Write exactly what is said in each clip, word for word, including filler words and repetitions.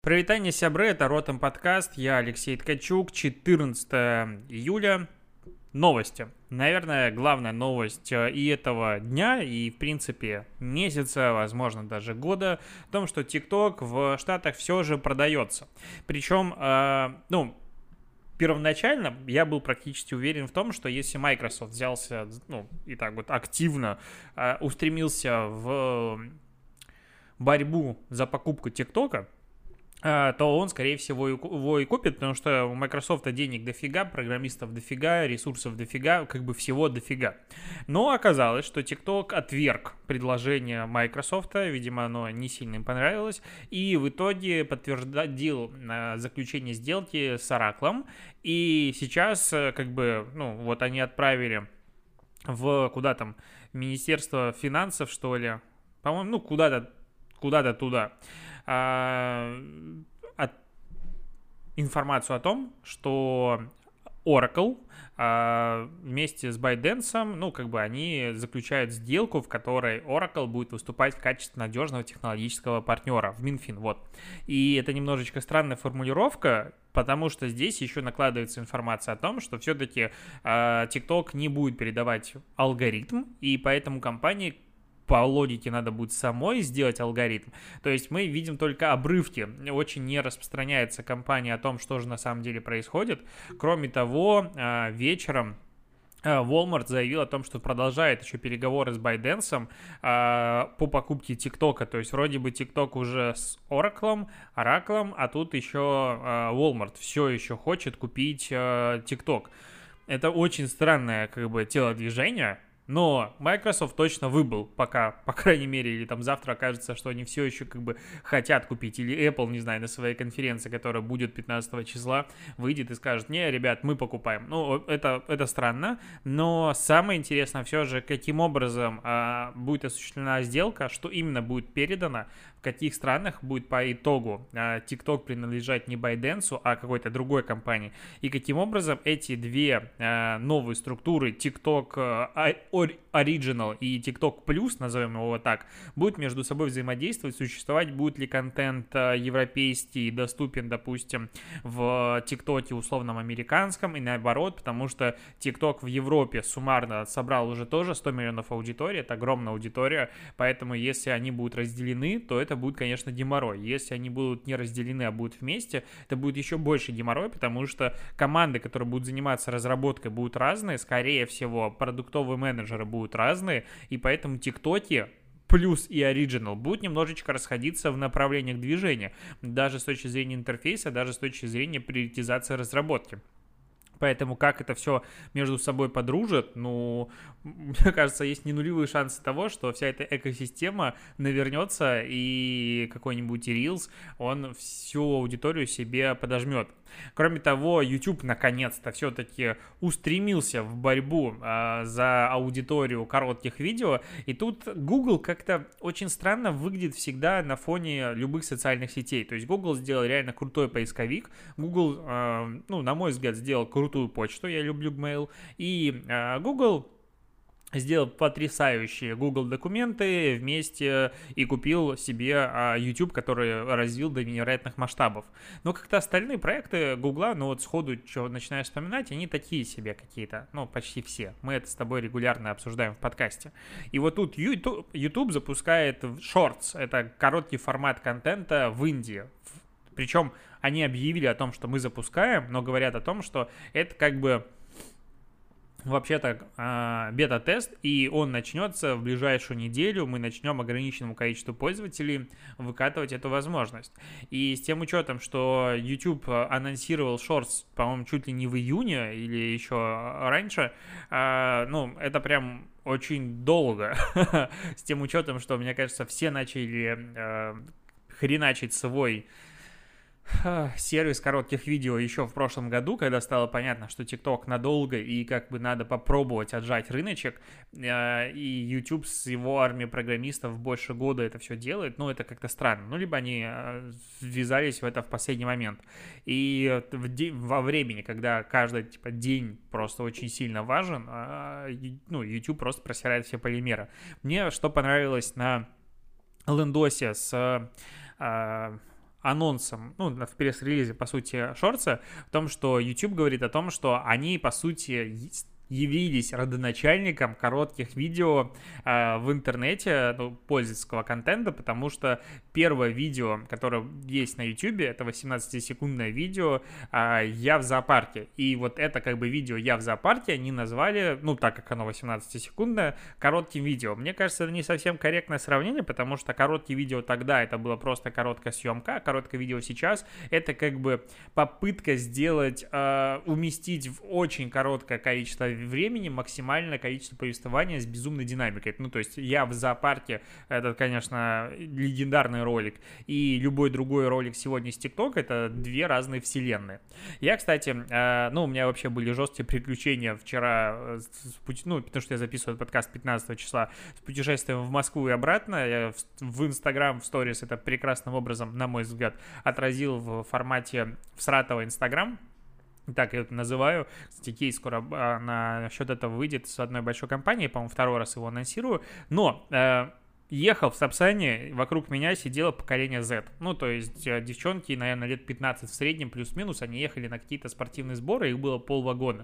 Привет, сябры, это Ротом подкаст, я Алексей Ткачук, четырнадцатое июля, новости. Наверное, главная новость и этого дня, и, в принципе, месяца, возможно, даже года, в том, что TikTok в Штатах все же продается. Причем, э, ну, первоначально я был практически уверен в том, что если Microsoft взялся, ну, и так вот активно э, устремился в борьбу за покупку TikTok, то он, скорее всего, его и купит, потому что у Microsoft денег дофига, программистов дофига, ресурсов дофига, как бы всего дофига. Но оказалось, что TikTok отверг предложение Microsoft, видимо, оно не сильно им понравилось, и в итоге подтвердил заключение сделки с Oracle, и сейчас, как бы, ну, вот они отправили в, куда там, Министерство финансов, что ли, по-моему, ну, куда-то, куда-то туда, от, информацию о том, что Oracle а, вместе с ByteDance, ну, как бы они заключают сделку, в которой Oracle будет выступать в качестве надежного технологического партнера в Минфин, вот. И это немножечко странная формулировка, потому что здесь еще накладывается информация о том, что все-таки а, TikTok не будет передавать алгоритм, и поэтому компании по логике надо будет самой сделать алгоритм. То есть мы видим только обрывки. Очень не распространяется компания о том, что же на самом деле происходит. Кроме того, вечером Walmart заявил о том, что продолжает еще переговоры с ByteDance по покупке TikTok. То есть вроде бы TikTok уже с Oracle, Oracle, а тут еще Walmart все еще хочет купить TikTok. Это очень странное, как бы, телодвижение. Но Microsoft точно выбыл, пока, по крайней мере, или там завтра окажется, что они все еще как бы хотят купить, или Apple, не знаю, на своей конференции, которая будет пятнадцатого числа, выйдет и скажет: не, ребят, мы покупаем. Ну, это, это странно, но самое интересное все же, каким образом а, будет осуществлена сделка, что именно будет передано, в каких странах будет по итогу а, TikTok принадлежать не ByteDance, а какой-то другой компании, и каким образом эти две а, новые структуры, TikTok а, Original и TikTok Plus, назовем его вот так, будут между собой взаимодействовать, существовать, будет ли контент европейский доступен, допустим, в ТикТоке условном американском и наоборот, потому что TikTok в Европе суммарно собрал уже тоже сто миллионов аудитории, это огромная аудитория, поэтому если они будут разделены, то это будет, конечно, геморрой. Если они будут не разделены, а будут вместе, это будет еще больше геморрой, потому что команды, которые будут заниматься разработкой, будут разные, скорее всего, продуктовые менеджеры будут разные, и поэтому TikTok плюс и Original будут немножечко расходиться в направлениях движения, даже с точки зрения интерфейса, даже с точки зрения приоритизации разработки. Поэтому как это все между собой подружит, ну, мне кажется, есть не нулевые шансы того, что вся эта экосистема навернется и какой-нибудь Reels, он всю аудиторию себе подожмет. Кроме того, YouTube наконец-то все-таки устремился в борьбу а, за аудиторию коротких видео, и тут Google как-то очень странно выглядит всегда на фоне любых социальных сетей. То есть Google сделал реально крутой поисковик, Google, а, ну, на мой взгляд, сделал крутую почту, я люблю Gmail, и а, Google сделал потрясающие Google документы вместе и купил себе а, YouTube, который развил до невероятных масштабов. Но как-то остальные проекты Google, ну вот сходу, что начинаешь вспоминать, они такие себе какие-то, ну почти все. Мы это с тобой регулярно обсуждаем в подкасте. И вот тут YouTube, YouTube запускает Shorts, это короткий формат контента в Индии. Причем они объявили о том, что мы запускаем, но говорят о том, что это как бы вообще-то э, бета-тест, и он начнется в ближайшую неделю, мы начнем ограниченному количеству пользователей выкатывать эту возможность. И с тем учетом, что YouTube анонсировал Shorts, по-моему, чуть ли не в июне или еще раньше, э, ну, это прям очень долго. С тем учетом, что, мне кажется, все начали э, хреначить свой сервис коротких видео еще в прошлом году, когда стало понятно, что TikTok надолго и как бы надо попробовать отжать рыночек, и YouTube с его армией программистов больше года это все делает, ну, это как-то странно. Ну, либо они ввязались в это в последний момент. И во времени, когда каждый типа день просто очень сильно важен, ну, YouTube просто просирает все полимеры. Мне что понравилось на лендосе с анонсом, ну, в пресс-релизе, по сути, шорца, в том, что YouTube говорит о том, что они, по сути, явились родоначальником коротких видео э, в интернете, ну, пользовательского контента, потому что первое видео, которое есть на YouTube, это восемнадцатисекундное видео э, «Я в зоопарке». И вот это как бы видео «Я в зоопарке» они назвали, ну, так как оно восемнадцатисекундное, коротким видео. Мне кажется, это не совсем корректное сравнение, потому что короткие видео тогда это было просто короткая съемка, а короткое видео сейчас это как бы попытка сделать, э, уместить в очень короткое количество времени максимальное количество повествования с безумной динамикой. Ну, то есть «Я в зоопарке» — это, конечно, легендарный ролик, и любой другой ролик сегодня с ТикТок — это две разные вселенные. Я, кстати, э, ну, у меня вообще были жесткие приключения вчера, с пути, ну, потому что я записываю подкаст пятнадцатого числа, с путешествием в Москву и обратно. Я в Инстаграм, в сторис это прекрасным образом, на мой взгляд, отразил в формате всратого Инстаграм. Так я это называю. Кстати, кейс скоро а, насчет этого выйдет с одной большой компанией. По-моему, второй раз его анонсирую. Но э, ехал в Сапсане, вокруг меня сидело поколение Z. Ну, то есть э, девчонки, наверное, лет пятнадцать в среднем, плюс-минус, они ехали на какие-то спортивные сборы, их было полвагона.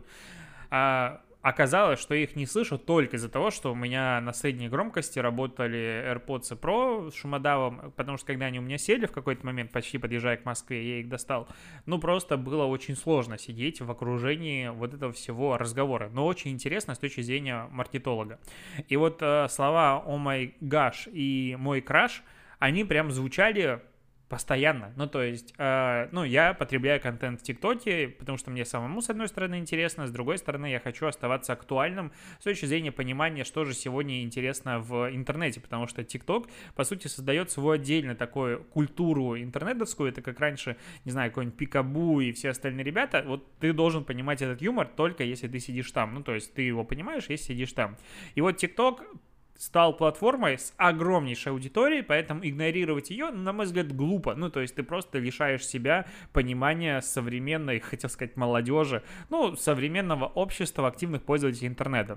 А оказалось, что я их не слышу только из-за того, что у меня на средней громкости работали AirPods Pro с шумодавом, потому что когда они у меня сели в какой-то момент, почти подъезжая к Москве, я их достал, ну просто было очень сложно сидеть в окружении вот этого всего разговора, но очень интересно с точки зрения маркетолога. И вот э, слова «О май гаш» и «Мой краш», они прям звучали постоянно. Ну, то есть, э, ну, я потребляю контент в ТикТоке, потому что мне самому, с одной стороны, интересно, с другой стороны, я хочу оставаться актуальным с точки зрения понимания, что же сегодня интересно в интернете, потому что ТикТок, по сути, создает свою отдельно такую культуру интернетовскую, это как раньше, не знаю, какой-нибудь Пикабу и все остальные ребята, вот ты должен понимать этот юмор только если ты сидишь там, ну, то есть, ты его понимаешь, если сидишь там. И вот ТикТок стал платформой с огромнейшей аудиторией, поэтому игнорировать ее, на мой взгляд, глупо. Ну, то есть ты просто лишаешь себя понимания современной, хотел сказать, молодежи, ну, современного общества активных пользователей интернета.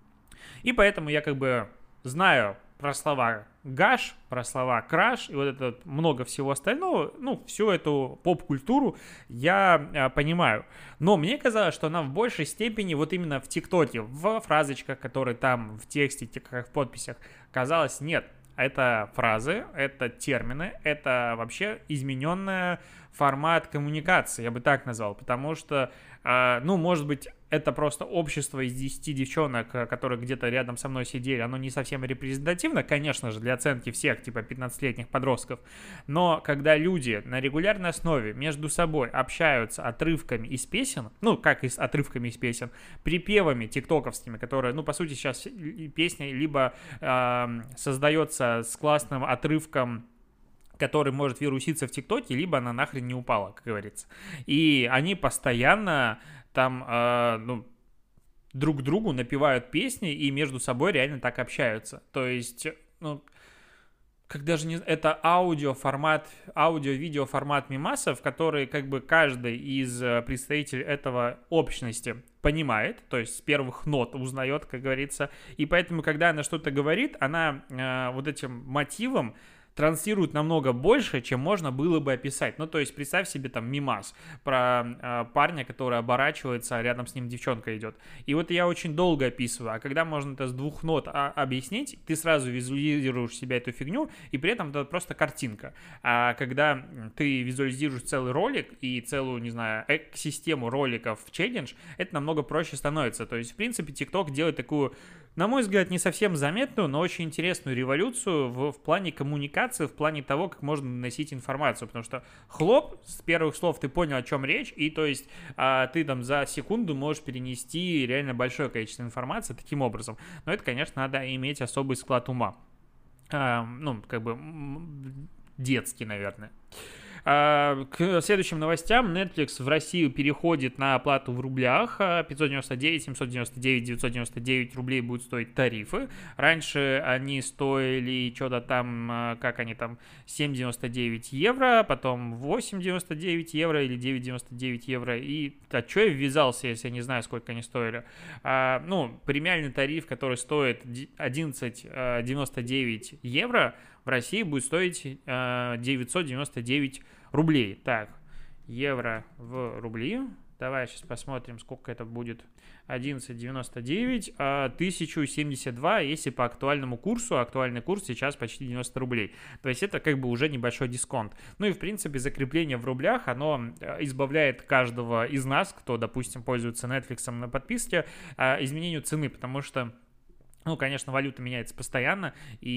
И поэтому я как бы знаю про слова гаш, про слова краш и вот это вот много всего остального, ну, всю эту поп-культуру я а, понимаю. Но мне казалось, что она в большей степени вот именно в ТикТоке, в фразочках, которые там в тексте, как в подписях, казалось, нет. Это фразы, это термины, это вообще измененный формат коммуникации, я бы так назвал, потому что, э, ну, может быть, это просто общество из десяти девчонок, которые где-то рядом со мной сидели, оно не совсем репрезентативно, конечно же, для оценки всех, типа, пятнадцатилетних подростков, но когда люди на регулярной основе между собой общаются отрывками из песен, ну, как и с отрывками из песен, припевами тиктоковскими, которые, ну, по сути, сейчас песня либо э, создается с классным отрывком, который может вируситься в ТикТоке, либо она нахрен не упала, как говорится. И они постоянно там, э, ну, друг другу напевают песни и между собой реально так общаются. То есть, ну, как даже не... Это аудиоформат, аудио-видео формат мемасов, который как бы каждый из представителей этого общности понимает, то есть с первых нот узнает, как говорится. И поэтому, когда она что-то говорит, она э, вот этим мотивом транслирует намного больше, чем можно было бы описать. Ну, то есть, представь себе там мимас про э, парня, который оборачивается, а рядом с ним девчонка идет. И вот я очень долго описываю, а когда можно это с двух нот а, объяснить, ты сразу визуализируешь себя эту фигню, и при этом это просто картинка. А когда ты визуализируешь целый ролик и целую, не знаю, экосистему роликов в челлендж, это намного проще становится. То есть, в принципе, TikTok делает такую, на мой взгляд, не совсем заметную, но очень интересную революцию в, в плане коммуникации, в плане того, как можно носить информацию, потому что хлоп, с первых слов ты понял, о чем речь, и то есть а, ты там за секунду можешь перенести реально большое количество информации таким образом. Но это, конечно, надо иметь особый склад ума. А, ну, как бы детский, наверное. К следующим новостям. Netflix в Россию переходит на оплату в рублях. пятьсот девяносто девять, семьсот девяносто девять, девятьсот девяносто девять рублей будут стоить тарифы. Раньше они стоили что-то там, как они там, семь девяносто девять евро, потом восемь девяносто девять евро или девять девяносто девять евро. И а что я ввязался, если я не знаю, сколько они стоили? А, ну, премиальный тариф, который стоит одиннадцать девяносто девять евро, в России будет стоить девятьсот девяносто девять рублей. Так, евро в рубли. Давай сейчас посмотрим, сколько это будет. одиннадцать девяносто девять, а тысяча семьдесят два, если по актуальному курсу. Актуальный курс сейчас почти девяносто рублей. То есть это как бы уже небольшой дисконт. Ну и в принципе закрепление в рублях, оно избавляет каждого из нас, кто, допустим, пользуется Netflix на подписке, изменению цены, потому что, ну, конечно, валюта меняется постоянно,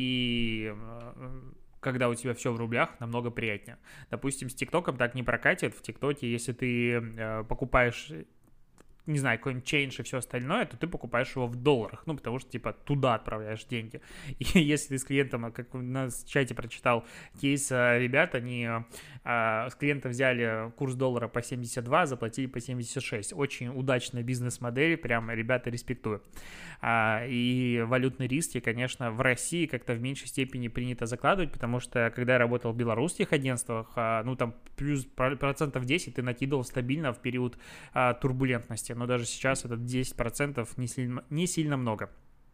и когда у тебя все в рублях, намного приятнее. Допустим, с ТикТоком так не прокатит. В ТикТоке, если ты э, покупаешь, не знаю, какой-нибудь чейндж и все остальное, то ты покупаешь его в долларах, ну, потому что, типа, туда отправляешь деньги. И если ты с клиентом, как в нас в чате прочитал кейс, ребят, они а, с клиента взяли курс доллара по семьдесят два, заплатили по семьдесят шесть. Очень удачная бизнес-модель, прям ребята респектую. А, и валютные риски, конечно, в России как-то в меньшей степени принято закладывать, потому что, когда я работал в белорусских агентствах, а, ну, там плюс процентов десять ты накидывал стабильно в период а, турбулентности. Но даже сейчас это десять процентов не сильно, не сильно много.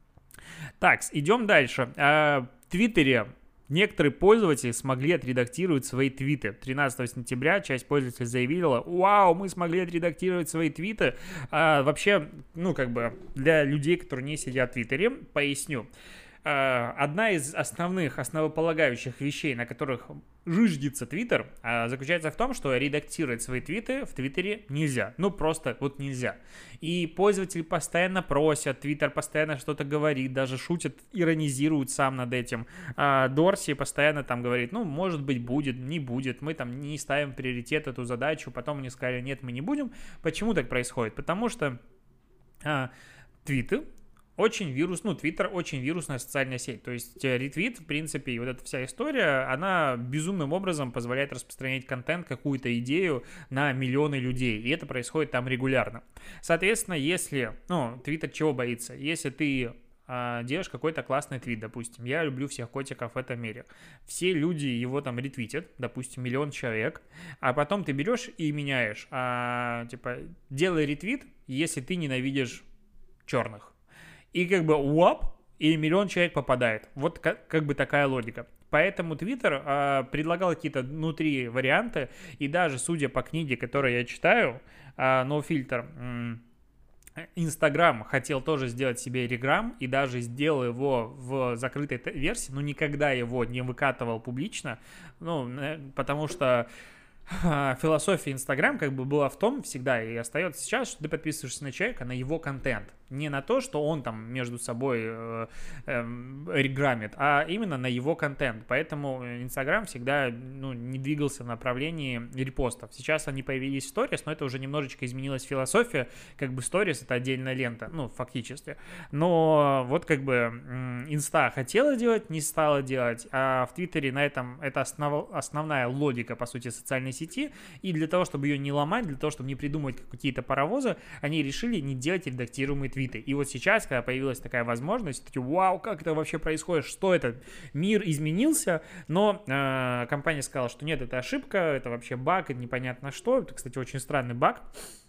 Так, идем дальше. В Твиттере некоторые пользователи смогли отредактировать свои твиты. тринадцатого сентября часть пользователей заявила: вау, мы смогли отредактировать свои твиты. А, вообще, ну, как бы, для людей, которые не сидят в Твиттере, поясню. Одна из основных, основополагающих вещей, на которых жиждется Твиттер, заключается в том, что редактировать свои твиты в Твиттере нельзя. Ну, просто вот нельзя. И пользователи постоянно просят, Твиттер постоянно что-то говорит, даже шутят, иронизируют сам над этим. Дорси постоянно там говорит: ну, может быть, будет, не будет, мы там не ставим в приоритет эту задачу, потом они сказали: нет, мы не будем. Почему так происходит? Потому что а, твиты очень вирус, ну, Твиттер очень вирусная социальная сеть, то есть ретвит, в принципе, и вот эта вся история, она безумным образом позволяет распространять контент, какую-то идею на миллионы людей, и это происходит там регулярно. Соответственно, если, ну, Твиттер чего боится? Если ты а, делаешь какой-то классный твит, допустим, я люблю всех котиков в этом мире, все люди его там ретвитят, допустим, миллион человек, а потом ты берешь и меняешь, а, типа, делай ретвит, если ты ненавидишь черных. И как бы уап, и миллион человек попадает. Вот как, как бы такая логика. Поэтому Twitter а, предлагал какие-то внутри варианты, и даже судя по книге, которую я читаю, а, No Filter, Инстаграм хотел тоже сделать себе реграм, и даже сделал его в закрытой версии, но никогда его не выкатывал публично, ну, потому что философия Инстаграм как бы была в том всегда и остается сейчас, что ты подписываешься на человека, на его контент. Не на то, что он там между собой э, э, реграммит, а именно на его контент. Поэтому Инстаграм всегда, ну, не двигался в направлении репостов. Сейчас они появились в сторис, но это уже немножечко изменилась философия. Как бы сторис — это отдельная лента, ну, фактически. Но вот как бы Инста хотела делать, не стала делать, а в Твиттере на этом это основ, основная логика, по сути, социальной сети. И для того, чтобы ее не ломать, для того, чтобы не придумывать какие-то паровозы, они решили не делать редактируемые твиты. И вот сейчас, когда появилась такая возможность, такие: вау, как это вообще происходит, что это, мир изменился, но э, компания сказала, что нет, это ошибка, это вообще баг, это непонятно что, это, кстати, очень странный баг,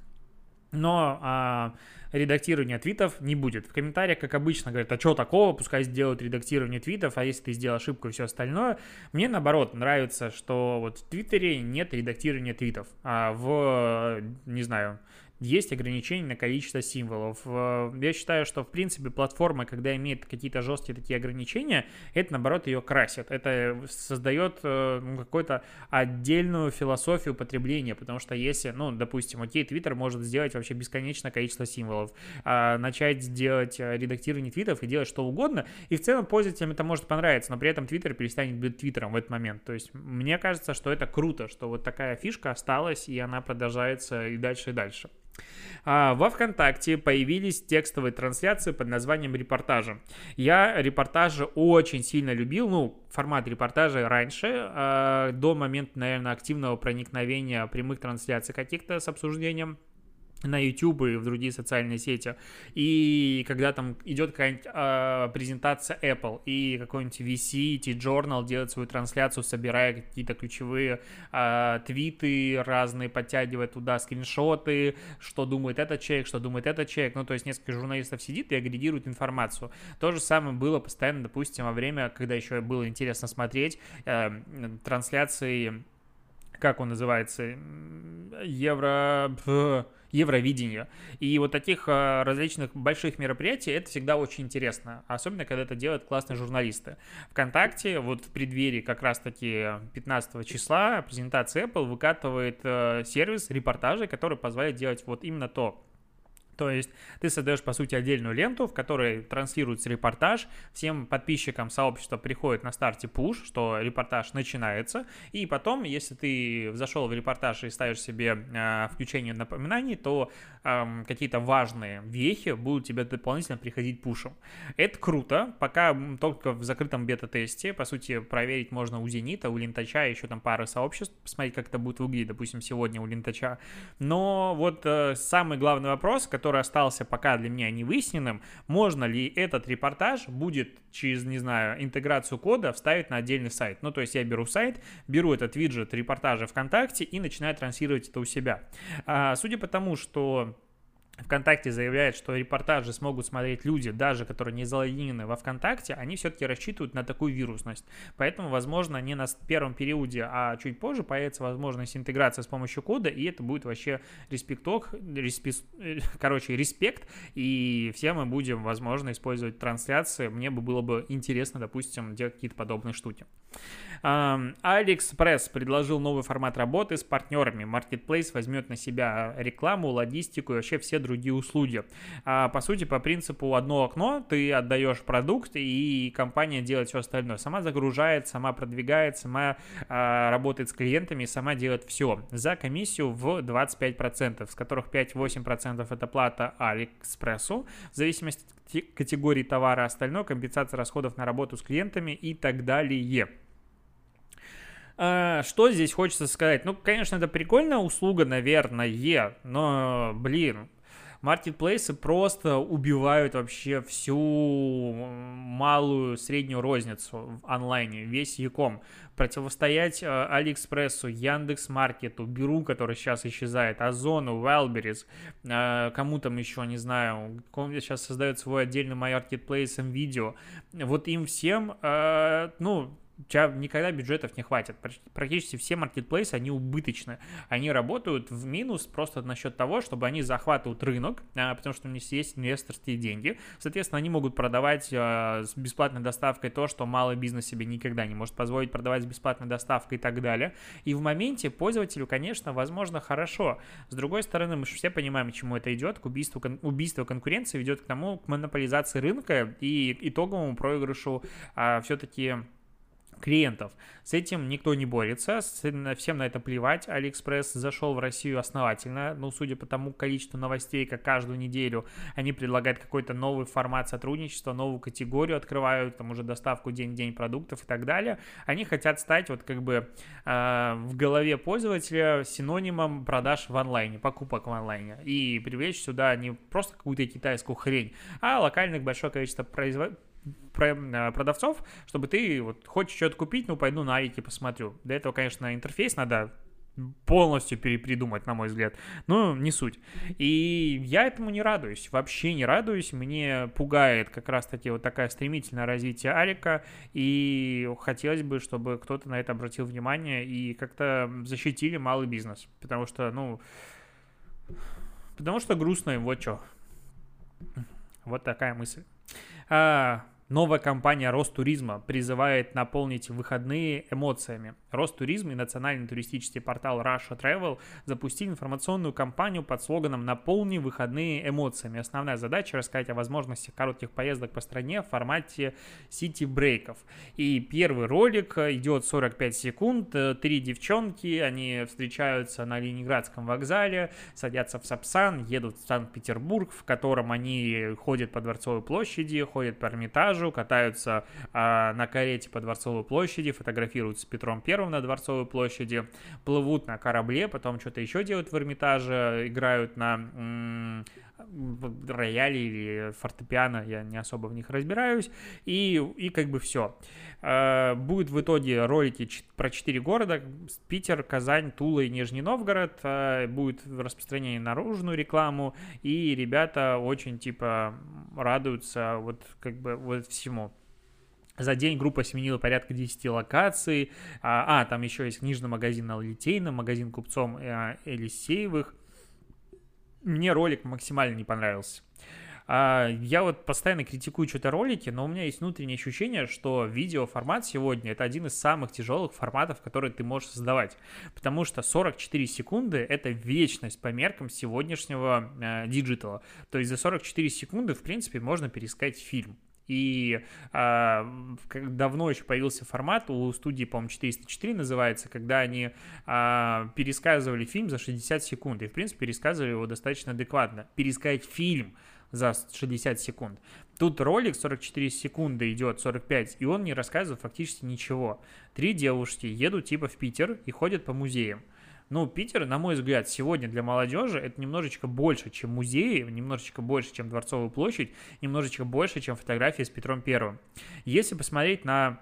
но э, редактирования твитов не будет. В комментариях, как обычно, говорят: а что такого, пускай сделают редактирование твитов, а если ты сделал ошибку и все остальное. Мне, наоборот, нравится, что вот в Твиттере нет редактирования твитов, а в, не знаю, есть ограничения на количество символов. Я считаю, что, в принципе, платформа, когда имеет какие-то жесткие такие ограничения, это, наоборот, ее красит. Это создает, ну, какую-то отдельную философию потребления, потому что если, ну, допустим, окей, Twitter может сделать вообще бесконечное количество символов, а начать делать редактирование твитов и делать что угодно, и в целом пользователям это может понравиться, но при этом Twitter перестанет быть Твиттером в этот момент. То есть мне кажется, что это круто, что вот такая фишка осталась, и она продолжается и дальше, и дальше. А, во ВКонтакте появились текстовые трансляции под названием «Репортажи». Я репортажи очень сильно любил, ну, формат репортажа раньше, а, до момента, наверное, активного проникновения прямых трансляций каких-то с обсуждением на YouTube и в другие социальные сети, и когда там идет какая-нибудь э, презентация Apple, и какой-нибудь ви си, T-Journal делает свою трансляцию, собирая какие-то ключевые э, твиты разные, подтягивая туда скриншоты, что думает этот человек, что думает этот человек, ну, то есть несколько журналистов сидит и агрегирует информацию. То же самое было постоянно, допустим, во время, когда еще было интересно смотреть э, трансляции как он называется, Евро... Евровидение. И вот таких а, различных больших мероприятий это всегда очень интересно, особенно когда это делают классные журналисты. ВКонтакте вот в преддверии как раз-таки пятнадцатого числа презентация Apple выкатывает а, сервис репортажей, который позволяет делать вот именно то. То есть ты создаешь, по сути, отдельную ленту, в которой транслируется репортаж, всем подписчикам сообщества приходит на старте пуш, что репортаж начинается, и потом, если ты зашел в репортаж и ставишь себе э, включение напоминаний, то э, какие-то важные вехи будут тебе дополнительно приходить пушем. Это круто, пока только в закрытом бета-тесте, по сути, проверить можно у Зенита, у Лентача, еще там пары сообществ, посмотреть, как это будет выглядеть, допустим, сегодня у Лентача. Но вот э, самый главный вопрос, который который остался пока для меня не выясненным, можно ли этот репортаж будет через, не знаю, интеграцию кода вставить на отдельный сайт. Ну, то есть я беру сайт, беру этот виджет репортажа ВКонтакте и начинаю транслировать это у себя. А, судя по тому, что ВКонтакте заявляет, что репортажи смогут смотреть люди, даже которые не залогинены во ВКонтакте, они все-таки рассчитывают на такую вирусность. Поэтому, возможно, не на первом периоде, а чуть позже появится возможность интеграции с помощью кода, и это будет вообще респекток, респи... короче, респект, и все мы будем, возможно, использовать трансляции. Мне бы было бы интересно, допустим, делать какие-то подобные штуки. AliExpress предложил новый формат работы с партнерами. Marketplace возьмет на себя рекламу, логистику и вообще все другие услуги. А, по сути, по принципу одно окно, ты отдаешь продукт, и компания делает все остальное. Сама загружает, сама продвигает, сама а, работает с клиентами, сама делает все. За комиссию в двадцать пять процентов, с которых пять-восемь процентов это плата AliExpress, в зависимости от категории товара, остальное компенсация расходов на работу с клиентами и так далее. Что здесь хочется сказать? Ну, конечно, это прикольная услуга, наверное, но, блин, маркетплейсы просто убивают вообще всю малую, среднюю розницу в онлайне, весь e-com. Противостоять Алиэкспрессу, Яндекс.Маркету, Беру, который сейчас исчезает, Озону, Wildberries, кому там еще, не знаю, сейчас создает свой отдельный маркетплейс видео. Вот им всем, ну... у тебя никогда бюджетов не хватит. Практически все маркетплейсы, они убыточны. Они работают в минус просто насчет того, чтобы они захватывают рынок, потому что у них есть инвесторские деньги. Соответственно, они могут продавать с бесплатной доставкой то, что малый бизнес себе никогда не может позволить продавать с бесплатной доставкой и так далее. И в моменте пользователю, конечно, возможно, хорошо. С другой стороны, мы же все понимаем, к чему это идет. К убийству, убийство конкуренции ведет к тому, к монополизации рынка и итоговому проигрышу а, все-таки... клиентов. С этим никто не борется, всем на это плевать. AliExpress зашел в Россию основательно, ну, судя по тому количеству новостей, как каждую неделю они предлагают какой-то новый формат сотрудничества, новую категорию открывают, там уже доставку день-в-день продуктов и так далее. Они хотят стать вот как бы э, в голове пользователя синонимом продаж в онлайне, покупок в онлайне, и привлечь сюда не просто какую-то китайскую хрень, а локальных большое количество производителей, продавцов, чтобы ты вот хочешь что-то купить, ну пойду на Алике посмотрю. Для этого, конечно, интерфейс надо полностью перепридумать, на мой взгляд, но не суть. И я этому не радуюсь, вообще не радуюсь, мне пугает как раз-таки вот такое стремительное развитие Алика, и хотелось бы, чтобы кто-то на это обратил внимание и как-то защитили малый бизнес, потому что, ну, потому что грустно им, вот что. Вот такая мысль. А, новая компания Ростуризма призывает наполнить выходные эмоциями. Ростуризм и национальный туристический портал Russia Travel запустили информационную кампанию под слоганом «Наполни выходные эмоциями». Основная задача – рассказать о возможностях коротких поездок по стране в формате сити-брейков. И первый ролик идет сорок пять секунд. Три девчонки, они встречаются на Ленинградском вокзале, садятся в Сапсан, едут в Санкт-Петербург, в котором они ходят по Дворцовой площади, ходят по Эрмитажу, катаются а, на карете по Дворцовой площади, фотографируются с Петром Первым на Дворцовой площади, плывут на корабле, потом что-то еще делают в Эрмитаже, играют на м- рояле или фортепиано, я не особо в них разбираюсь, и, и как бы все. А, будет в итоге ролики ч- про четыре города: Питер, Казань, Тула и Нижний Новгород, а, будет распространение на наружную рекламу, и ребята очень типа радуются вот как бы вот всему. За день группа сменила порядка десяти локаций. А, а там еще есть книжный магазин на Литейном, магазин купцом э, Елисеевых. Мне ролик максимально не понравился. А, я вот постоянно критикую что-то ролики, но у меня есть внутреннее ощущение, что видеоформат сегодня — это один из самых тяжелых форматов, которые ты можешь создавать. Потому что сорок четыре секунды — это вечность по меркам сегодняшнего э, диджитала. То есть за сорок четыре секунды, в принципе, можно пересказать фильм. И а, давно еще появился формат, у студии, по-моему, четыреста четыре называется, когда они а, пересказывали фильм за шестьдесят секунд. И, в принципе, пересказывали его достаточно адекватно. Пересказать фильм за шестьдесят секунд. Тут ролик сорок четыре секунды идет, сорок пять, и он не рассказывает фактически ничего. Три девушки едут типа в Питер и ходят по музеям. Ну, Питер, на мой взгляд, сегодня для молодежи это немножечко больше, чем музеи, немножечко больше, чем Дворцовая площадь, немножечко больше, чем фотографии с Петром Первым. Если посмотреть на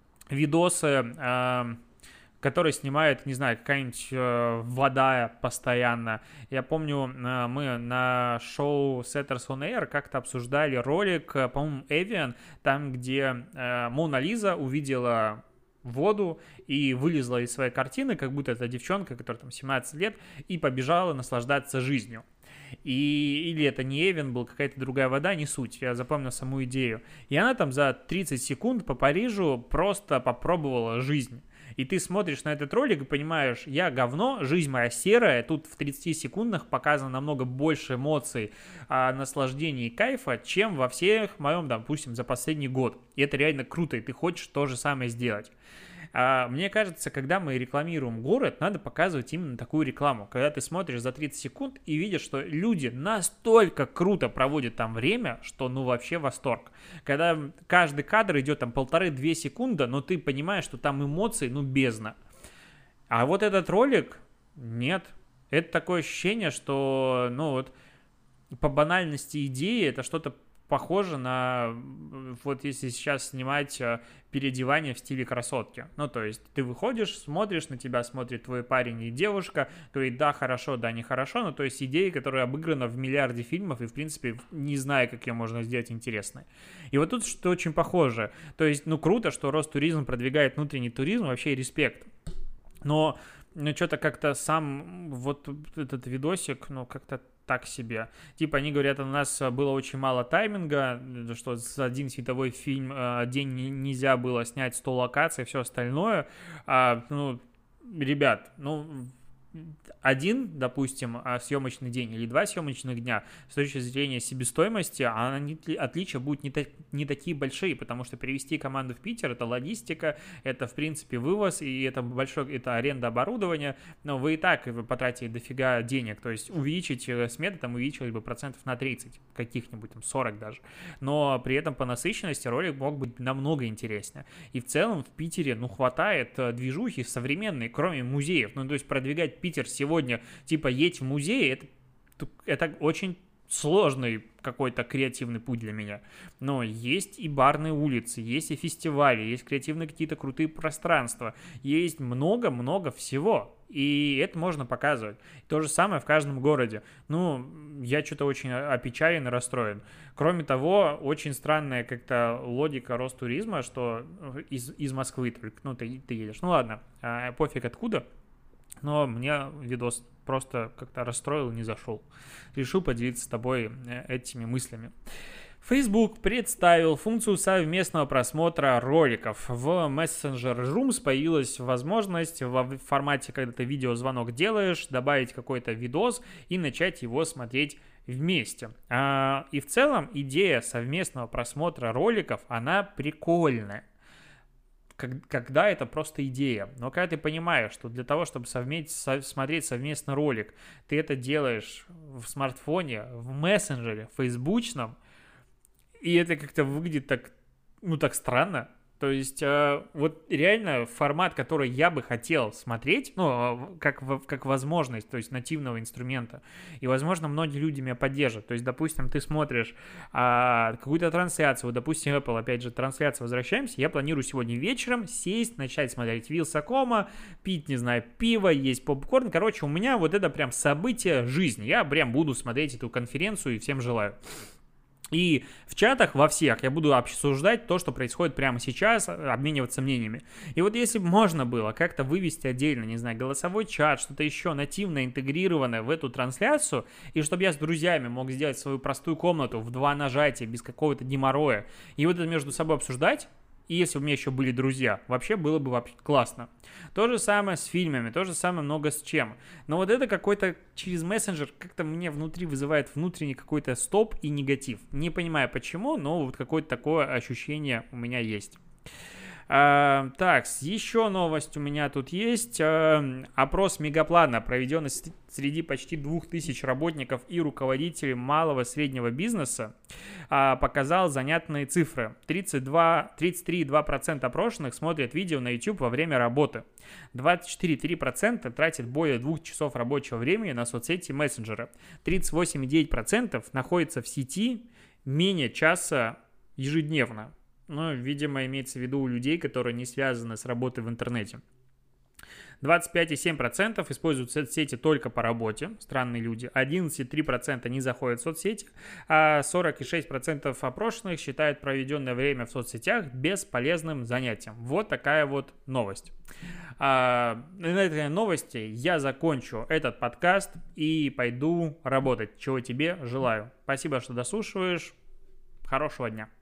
видосы, э, которые снимает, не знаю, какая-нибудь э, вода постоянно. Я помню, э, мы на шоу Setters on Air как-то обсуждали ролик, э, по-моему, Evian, там, где э, Мона Лиза увидела воду и вылезла из своей картины, как будто это девчонка, которая там семнадцать лет, и побежала наслаждаться жизнью. И, или это не Эвен был, какая-то другая вода, не суть, я запомнил саму идею. И она там за тридцать секунд по Парижу просто попробовала жизнь. И ты смотришь на этот ролик и понимаешь, я говно, жизнь моя серая, тут в тридцати секундах показано намного больше эмоций, а, наслаждения и кайфа, чем во всех моем, допустим, за последний год. И это реально круто, и ты хочешь то же самое сделать. А, мне кажется, когда мы рекламируем город, надо показывать именно такую рекламу. Когда ты смотришь за тридцать секунд и видишь, что люди настолько круто проводят там время, что ну вообще восторг. Когда каждый кадр идет там полторы-две секунды, но ты понимаешь, что там эмоции, ну бездна. А вот этот ролик, нет. Это такое ощущение, что, ну вот, по банальности идеи это что-то похоже на, вот если сейчас снимать переодевание в стиле красотки. Ну, то есть ты выходишь, смотришь, на тебя смотрит твой парень и девушка, говорит, да, хорошо, да, нехорошо, ну, то есть идея, которая обыграна в миллиарде фильмов и, в принципе, не знаю, как ее можно сделать интересной. И вот тут что очень похоже. То есть, ну, круто, что Ростуризм продвигает внутренний туризм, вообще респект. Но ну, что-то как-то сам вот этот видосик, ну, как-то так себе. Типа они говорят, у нас было очень мало тайминга, что за один световой фильм э, день нельзя было снять сто локаций и все остальное. А, ну, ребят, ну... один, допустим, съемочный день или два съемочных дня с точки зрения себестоимости, а отличия будут не, так, не такие большие, потому что перевести команду в Питер — это логистика, это, в принципе, вывоз, и это большой, это аренда оборудования, но вы и так потратили дофига денег, то есть увеличить смету, там увеличилось бы процентов на тридцать, каких-нибудь там сорок даже, но при этом по насыщенности ролик мог быть намного интереснее. И в целом в Питере, ну, хватает движухи современной, кроме музеев, ну, то есть продвигать Питер сегодня, типа, едь в музей, это, это очень сложный какой-то креативный путь для меня. Но есть и барные улицы, есть и фестивали, есть креативные какие-то крутые пространства, есть много-много всего. И это можно показывать. То же самое в каждом городе. Ну, я что-то очень опечален и расстроен. Кроме того, очень странная как-то логика Ростуризма, что из, из Москвы только, ну, ты, ты едешь. Ну, ладно, пофиг откуда. Но мне видос просто как-то расстроил и не зашел. Решил поделиться с тобой этими мыслями. Facebook представил функцию совместного просмотра роликов. В Messenger Rooms появилась возможность в формате, когда ты видеозвонок делаешь, добавить какой-то видос и начать его смотреть вместе. И в целом идея совместного просмотра роликов, она прикольная. Когда это просто идея. Но когда ты понимаешь, что для того, чтобы совместить, смотреть совместно ролик, ты это делаешь в смартфоне, в мессенджере, в фейсбучном, и это как-то выглядит так, ну, так странно. То есть, э, вот реально формат, который я бы хотел смотреть, ну, как, как возможность, то есть нативного инструмента. И, возможно, многие люди меня поддержат. То есть, допустим, ты смотришь э, какую-то трансляцию, вот, допустим, Apple, опять же, трансляция, возвращаемся, я планирую сегодня вечером сесть, начать смотреть Вилсакома, пить, не знаю, пиво, есть попкорн. Короче, у меня вот это прям событие жизни. Я прям буду смотреть эту конференцию и всем желаю. И в чатах во всех я буду обсуждать то, что происходит прямо сейчас, обмениваться мнениями. И вот если бы можно было как-то вывести отдельно, не знаю, голосовой чат, что-то еще нативно интегрированное в эту трансляцию, и чтобы я с друзьями мог сделать свою простую комнату в два нажатия, без какого-то геморроя, и вот это между собой обсуждать, и если бы у меня еще были друзья, вообще было бы вообще классно. То же самое с фильмами, то же самое много с чем. Но вот это какой-то через мессенджер как-то мне внутри вызывает внутренний какой-то стоп и негатив. Не понимаю почему, но вот какое-то такое ощущение у меня есть. А, так, еще новость у меня тут есть. А, опрос Мегаплана, проведенный среди почти двух тысяч работников и руководителей малого и среднего бизнеса, а, показал занятные цифры. тридцать два, тридцать три целых два десятых процента опрошенных смотрят видео на YouTube во время работы. двадцать четыре целых три десятых процента тратят более двух часов рабочего времени на соцсети и мессенджеры. тридцать восемь целых девять десятых процента находятся в сети менее часа ежедневно. Ну, видимо, имеется в виду у людей, которые не связаны с работой в интернете. двадцать пять целых семь десятых процента используют соцсети только по работе, странные люди. одиннадцать целых три десятых процента не заходят в соцсети, а сорок целых шесть десятых процента опрошенных считают проведенное время в соцсетях бесполезным занятием. Вот такая вот новость. А, на этой новости я закончу этот подкаст и пойду работать, чего тебе желаю. Спасибо, что дослушиваешь. Хорошего дня.